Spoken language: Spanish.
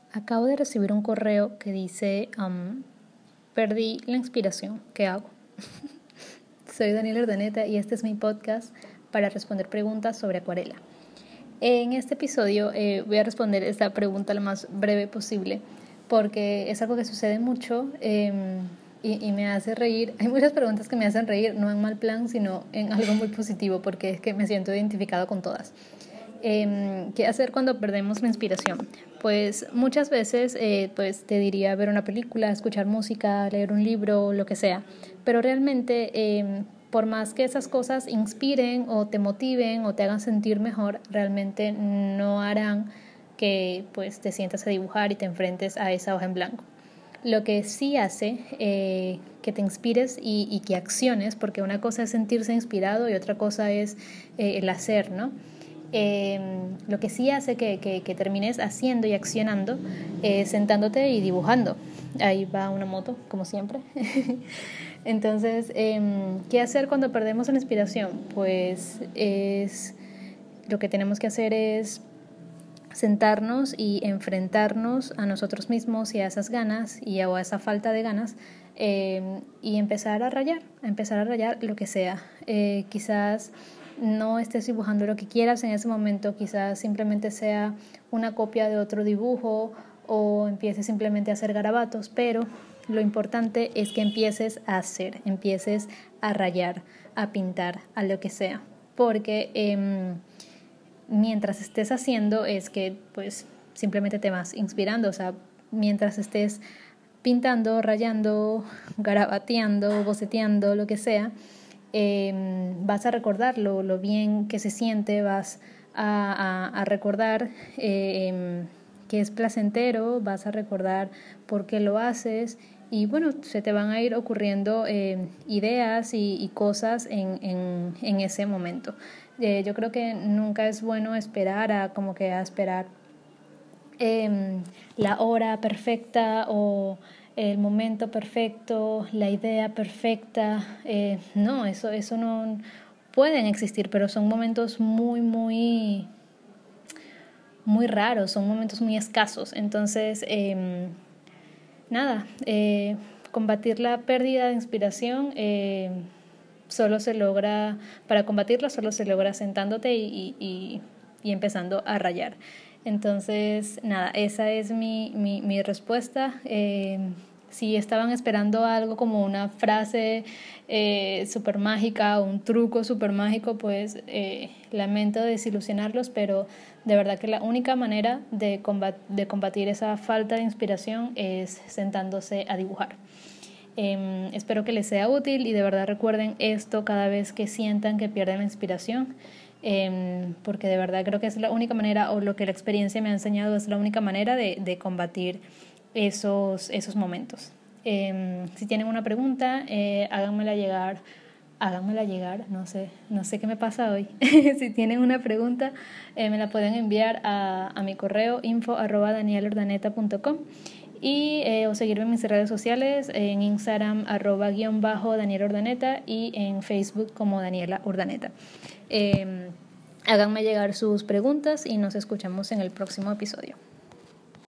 Acabo de recibir un correo que dice, perdí la inspiración, ¿qué hago? Soy Daniela Urdaneta y este es mi podcast para responder preguntas sobre acuarela. En este episodio voy a responder esta pregunta lo más breve posible porque es algo que sucede mucho y me hace reír. Hay muchas preguntas que me hacen reír, no en mal plan, sino en algo muy positivo porque es que me siento identificado con todas. ¿Qué hacer cuando perdemos la inspiración? Pues muchas veces pues te diría ver una película, escuchar música, leer un libro, lo que sea, pero realmente por más que esas cosas inspiren o te motiven o te hagan sentir mejor, realmente no harán que pues te sientas a dibujar y te enfrentes a esa hoja en blanco. Lo que sí hace que te inspires y que acciones, porque una cosa es sentirse inspirado y otra cosa es el hacer, ¿no? Lo que sí hace que termines haciendo y accionando es sentándote y dibujando. Ahí va una moto, como siempre. Entonces, ¿qué hacer cuando perdemos la inspiración? Pues lo que tenemos que hacer es sentarnos y enfrentarnos a nosotros mismos y a esas ganas y a esa falta de ganas y empezar a rayar lo que sea. Quizás no estés dibujando lo que quieras en ese momento, quizás simplemente sea una copia de otro dibujo o empieces simplemente a hacer garabatos, pero lo importante es que empieces a hacer, empieces a rayar, a pintar, a lo que sea, porque mientras estés haciendo es que pues simplemente te vas inspirando, o sea, mientras estés pintando, rayando, garabateando, boceteando, lo que sea, vas a recordar lo bien que se siente, vas a recordar que es placentero, vas a recordar por qué lo haces y bueno, se te van a ir ocurriendo ideas y cosas en ese momento. Yo creo que nunca es bueno esperar a esperar la hora perfecta o el momento perfecto, la idea perfecta. No, eso no pueden existir, pero son momentos muy raros, son momentos muy escasos. Entonces, combatir la pérdida de inspiración para combatirla solo se logra sentándote y empezando a rayar. Entonces, esa es mi respuesta. Si estaban esperando algo como una frase súper mágica o un truco súper mágico, pues lamento desilusionarlos, pero de verdad que la única manera de combatir esa falta de inspiración es sentándose a dibujar. Espero que les sea útil y de verdad recuerden esto cada vez que sientan que pierden la inspiración. Porque de verdad creo que es la única manera, o lo que la experiencia me ha enseñado es la única manera de combatir esos momentos. Si tienen una pregunta, háganmela llegar, no sé qué me pasa hoy. Si tienen una pregunta, me la pueden enviar a mi correo info@danielaurdaneta.com y o seguirme en mis redes sociales, en Instagram @_Daniela Urdaneta y en Facebook como Daniela Urdaneta. Háganme llegar sus preguntas y nos escuchamos en el próximo episodio.